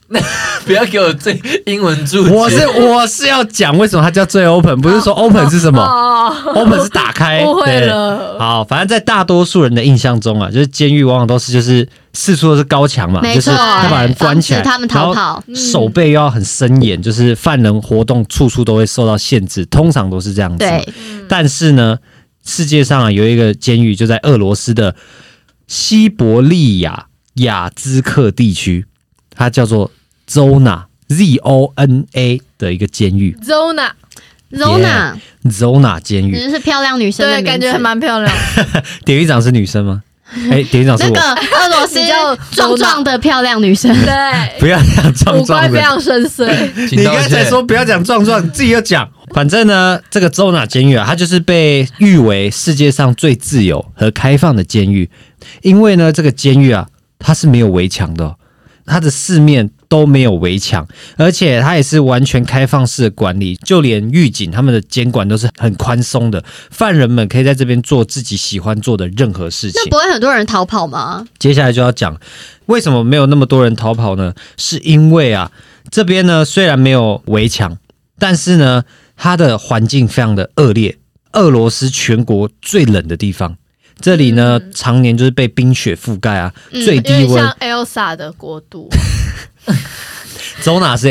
不要给我最英文注解。 我是要讲为什么它叫最 open， 不是说 open 是什么、open 是打开。 误会了。 好，反正在大多数人的印象中啊，就是监狱往往都是就是四处都是高墙嘛，就是要把人关起来， 防止他们逃跑， 手背又要很森严，就是犯人活动处处都会受到限制，通常都是这样子。 对， 但是呢，世界上啊有一个监狱就在俄罗斯的西伯利亚雅兹克地区，它叫做 Zona的一个监狱。Zona 监狱， 只是漂亮女生的名字， 对，感觉还蛮漂亮。 典狱长是女生吗？典狱长是我。 那个俄罗斯壮壮的漂亮女生， 对， 不要讲壮五壮的， 官非常深邃。 你刚才说不要讲壮壮，你自己又讲。反正呢，这个 Zona 监狱啊，它就是被誉为世界上最自由和开放的监狱，因为呢，这个监狱啊，它是没有围墙的、它的四面都没有围墙，而且它也是完全开放式的管理，就连狱警他们的监管都是很宽松的，犯人们可以在这边做自己喜欢做的任何事情。 那不会很多人逃跑吗？ 接下来就要讲为什么没有那么多人逃跑呢？是因为啊，这边呢虽然没有围墙，但是呢，它的环境非常的恶劣，俄罗斯全国最冷的地方。这里呢，常年就是被冰雪覆盖啊，最低温。 像 Elsa 的国度。 Zona 是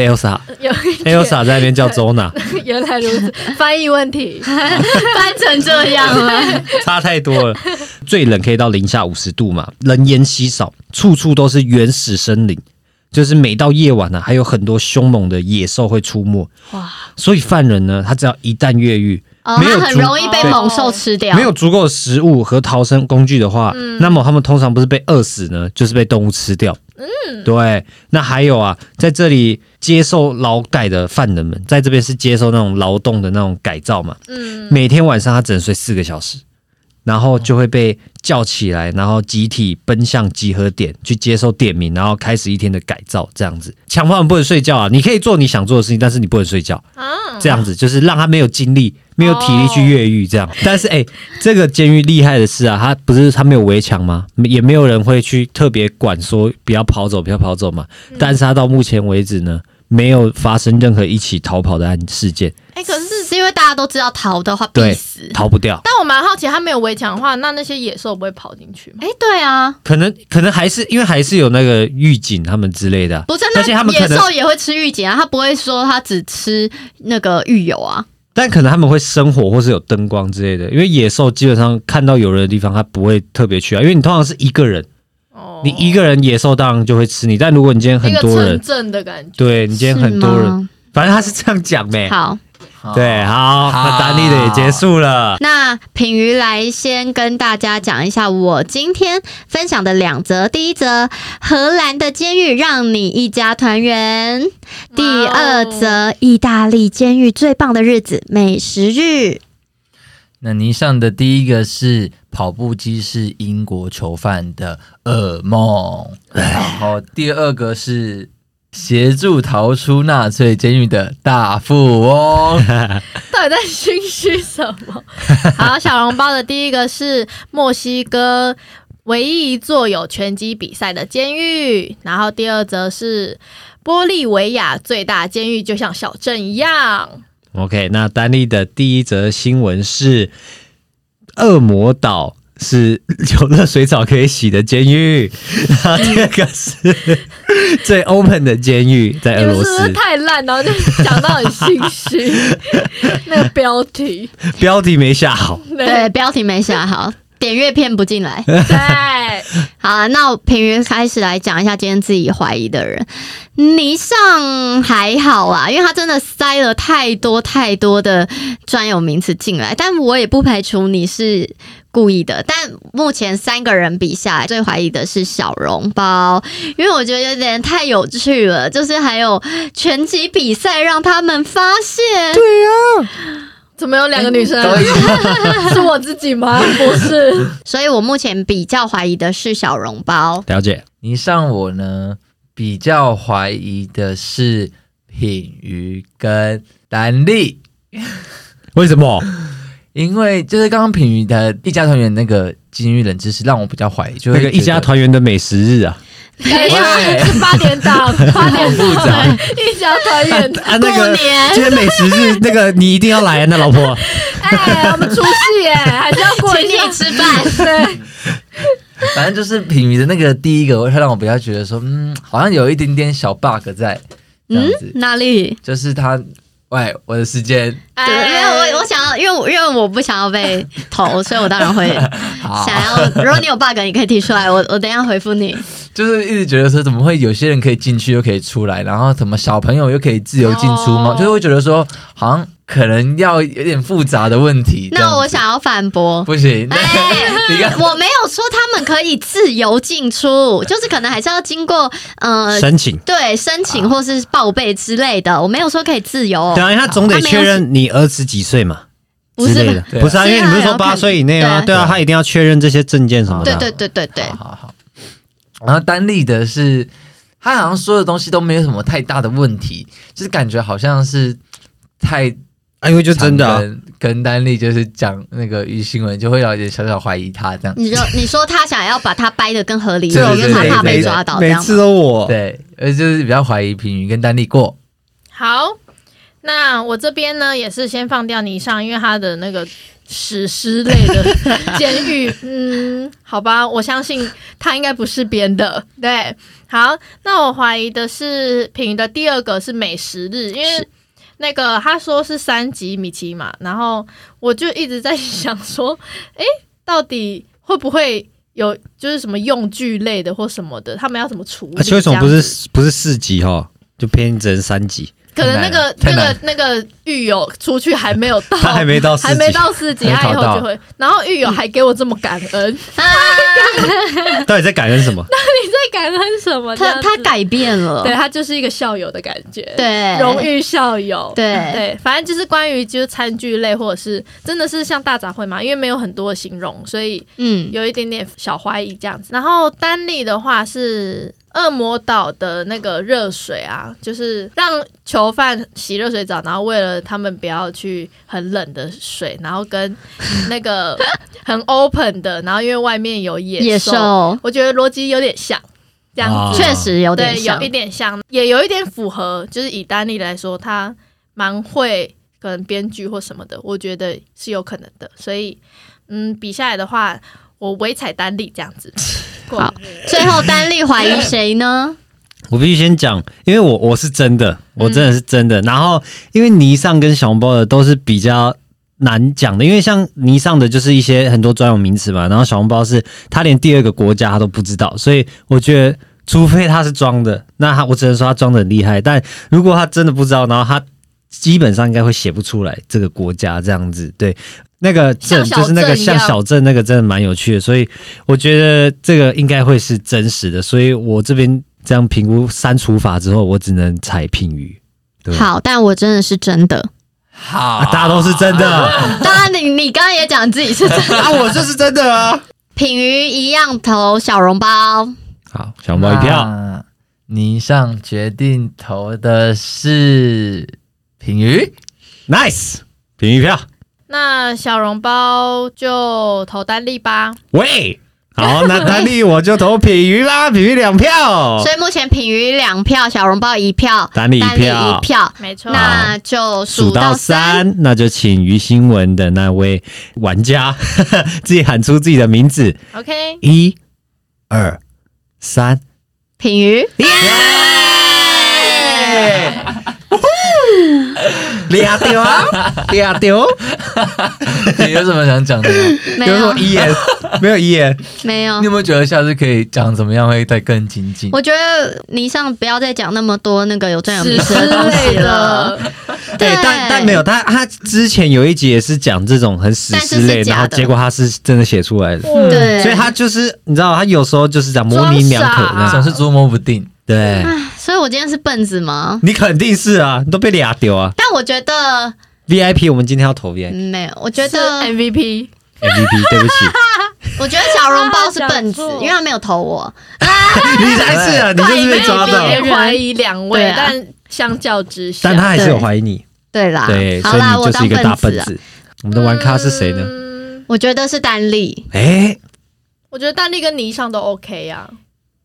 Elsa 在那边叫 Zona， 原来如此，翻译问题， 翻成这样了， 差太多了。最冷可以到零下50度嘛，人烟稀少，处处都是原始森林。就是每到夜晚呢、还有很多凶猛的野兽会出没。哇！所以犯人呢，他只要一旦越狱， 他很容易被猛兽吃掉。 没有足够的食物和逃生工具的话，那么他们通常不是被饿死呢，就是被动物吃掉。对。那还有啊，在这里接受劳改的犯人们，在这边是接受那种劳动的那种改造嘛。每天晚上他只能睡4个小时。然后就会被叫起来，然后集体奔向集合点去接受点名，然后开始一天的改造，这样子。强迫他们不能睡觉啊，你可以做你想做的事情，但是你不能睡觉。这样子就是让他没有精力、没有体力去越狱这样。但是这个监狱厉害的是啊，他没有围墙吗？也没有人会去特别管说不要跑走嘛。但是他到目前为止呢，没有发生任何一起逃跑的事件。 可是因为大家都知道逃的话必死， 逃不掉。 但我蛮好奇，他没有围墙的话，那些野兽不会跑进去吗？ 对啊， 可能还是因为还是有那个狱警他们之类的， 不是，那野兽也会吃狱警啊，他不会说他只吃那个狱友啊。 但可能他们会生火或是有灯光之类的，因为野兽基本上看到有人的地方，它不会特别去啊，因为你通常是一个人。你一个人，野兽当然就会吃你。但如果你今天很多人， 一个城镇的感觉， 对你今天很多人，反正他是这样讲呗。 好， 对，好，那丹妮的也结束了。 那品瑜来先跟大家讲一下我今天分享的2则。第一则，荷兰的监狱让你一家团圆；第2则，意大利监狱最棒的日子美食日。 那你上的第一个是跑步机是英国囚犯的噩梦，然后第2个是协助逃出纳粹监狱的大富翁。 到底在心虚什么？好，小笼包的第一个是墨西哥唯一一座有拳击比赛的监狱，然后第2则是玻利维亚最大监狱就像小镇一样。 OK， 那丹妮的第1则新闻是恶魔岛是有热水澡可以洗的监狱，然后第2个是最 open 的监狱，在俄罗斯。 你们是不是太烂，然后就讲到很心虚？那个标题没下好， 对，标题没下好。点阅片不进来。 对， 好，那我平云开始来讲一下今天自己怀疑的人。倪尚还好啊，因为他真的塞了太多的专有名词进来，但我也不排除你是故意的。但目前3个人比下来，最怀疑的是小笼包，因为我觉得有点太有趣了，就是还有拳击比赛让他们发现。对啊。 怎么有2个女生？是我自己吗？不是， 所以我目前比较怀疑的是小笼包。 了解。 你上我呢，比较怀疑的是品瑜跟丹丽。 为什么？ 因为就是刚刚品瑜的一家团圆那个监狱冷知识，让我比较怀疑，就那个一家团圆的美食日啊。 等一下是8点档，8点复杂一家团圆啊，那个过年今天美食日，那个你一定要来啊，那老婆。 哎，我们除夕耶，还是要过一下请你吃饭。 对， 反正就是品鱼的那个第一个，会让我比较觉得说，好像有一点点小 bug 在这样子， 哪里？ 就是他，喂，我的时间， 对，因为我想要，因为我不想要被投，所以我当然会想要。如果你有 bug，你可以提出来，我等一下回复你。 就是一直觉得说，怎么会有些人可以进去又可以出来，然后什么小朋友又可以自由进出吗？就是会觉得说，好像可能要有点复杂的问题。 那我想要反驳， 不行，你看我没有说他们可以自由进出，就是可能还是要经过申请。 对申请或是报备之类的，我没有说可以自由。 对啊，因为他总得确认你儿子几岁嘛。 不是之类的， 对啊不是啊，因为你不是说8岁以内吗？对啊，他一定要确认这些证件什么的。 对。 好。然后丹立的是，他好像说的东西都没有什么太大的问题，就是感觉好像是太， 因为就真的跟丹立就是讲那个鱼新闻，就会有一点小小怀疑他这样。 你说他想要把他掰得更合理一对点，因为他怕被抓到， 每次都我对，就是比较怀疑品鱼跟丹立过。 好，那我这边呢也是先放掉霓裳，因为他的那个史诗类的监狱，好吧，我相信他应该不是编的。对，好，那我怀疑的是品的第二个是美食日，因为那个他说是3级米奇嘛，然后我就一直在想说，到底会不会有就是什么用具类的或什么的，他们要怎么处理？ 而且为什么不是4级哈，就偏只能3级？ 可能那个狱友出去还没有到， 他还没到4 级，他以后就会。然后狱友还给我这么感恩， 到底在感恩什么？ 你在感恩什么？ 他改变了， 对，他就是一个校友的感觉， 对， 荣誉校友， 对， 反正就是关于就是餐具类或者是真的是像大杂烩嘛，因为没有很多的形容，所以有一点点小怀疑这样子。然后丹立的话是恶魔岛的那个热水啊，就是让囚犯洗热水澡，然后为了他们不要去很冷的水，然后跟那个很 open 的，然后因为外面有野兽，我觉得逻辑有点像，这样子确实有点像， 对，有一点像，也有一点符合，就是以丹立来说，他蛮会可能编剧或什么的，我觉得是有可能的，所以比下来的话，我唯采丹立这样子。 好，最后丹立怀疑谁呢？ 我必须先讲，因为我是真的，我真的是真的。然后因为霓裳跟小笼包的都是比较难讲的，因为像霓裳的就是一些很多专有名词嘛，然后小笼包是他连第2个国家他都不知道，所以我觉得除非他是装的，那我只能说他装的很厉害。但如果他真的不知道，然后他基本上应该会写不出来这个国家这样子，对。那个镇就是那个像小镇那个真的蛮有趣的，所以我觉得这个应该会是真实的，所以我这边这样评估删除法之后，我只能采品鱼。 好，但我真的是真的。 好， 大家都是真的。 当然你刚刚也讲自己是真的啊，我就是真的啊。 品鱼一样投小笼包。 好，小笼包1票。 霓裳决定投的是品鱼 ，nice， 品鱼1票。 那小笼包就投丹立吧。 喂，好，那丹立我就投品鱼啦，品鱼2票。 所以目前品鱼2票，小笼包1票， 丹立1票， 没错。 那就数到 3， 那就请鱼新闻的那位玩家自己喊出自己的名字。 OK， 1、2、3， 品鱼。 俩丢啊，俩丢。 你有什么想讲的吗？ 没有遗言，没有遗言， 没有你。有没有觉得下次可以讲怎么样会再更精进？ 我觉得霓裳不要再讲那么多那个有专有名词的东西了。 对，但没有他之前有一集也是讲这种很史诗类，然后结果他是真的写出来的。 对， 所以他就是你知道，他有时候就是讲模棱两可， 总是捉摸不定。 对， 所以我今天是笨子吗？ 你肯定是啊，你都被俩丢啊。 但我觉得 VIP 我们今天要投 VIP， 没有，我觉得是 MVP， 对不起， 我觉得小笼包是笨子，因为他没有投我。 你才是啊，你就是被抓到。 也怀疑2位，但相较之下， 但他还是有怀疑你。 对啦， 对， 好啦， 所以你就是一个大笨子。我们的玩咖是谁呢？ 我觉得是丹立。 我觉得丹立跟霓裳都 OK 啊。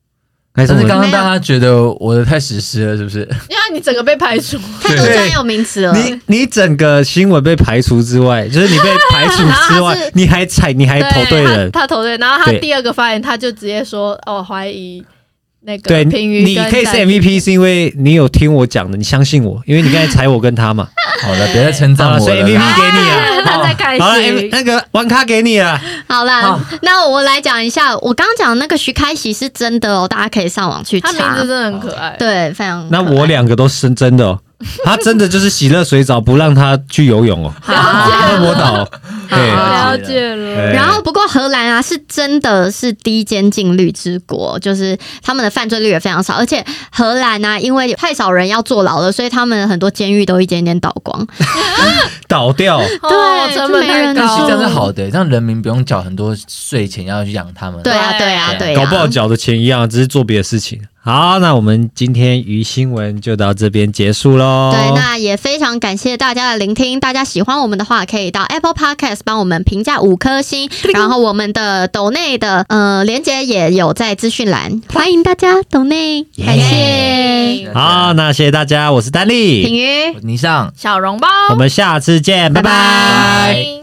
还是我们但是刚刚大家觉得我的太实施了，是不是？ 因为你整个被排除， 太多专有名词了。 你整个新闻被排除之外，就是你被排除之外，你还投对人， 他投对，然后他对第二个发言他就直接说怀疑那个对评语， 你可以是 MVP 是因为你有听我讲的，你相信我，因为你刚才踩我跟他嘛。 好了，别再称赞我了。 所以 MVP 给你啊， 他在开好了， 心。 那个玩咖给你了。 好啦，那我来讲一下，我刚刚讲的那个徐开喜是真的哦，大家可以上网去查。 他名字真的很可爱， 对，非常可爱。 那我2个都是真的哦，他真的就是喜乐水澡不让他去游泳哦，恶魔岛。对， 了解了。 对然后不过荷兰啊是真的是低监禁率之国，就是他们的犯罪率也非常少，而且荷兰啊因为太少人要坐牢了，所以他们很多监狱都一间间倒光。 倒掉。 对成本太高但是这样是好的，让人民不用缴很多税钱要去养他们。 对啊，对啊，对啊， 搞不好缴的钱一样，只是做别的事情。好，那我们今天鱼新闻就到这边结束喽。 对，那也非常感谢大家的聆听。大家喜欢我们的话，可以到 Apple Podcast 帮我们评价5颗星，然后我们的抖内的连结也有在资讯栏，欢迎大家抖内，感谢好，那谢谢大家，我是丹品力， 瑜。 你上。 小笼包， 我们下次见，拜拜。 拜拜拜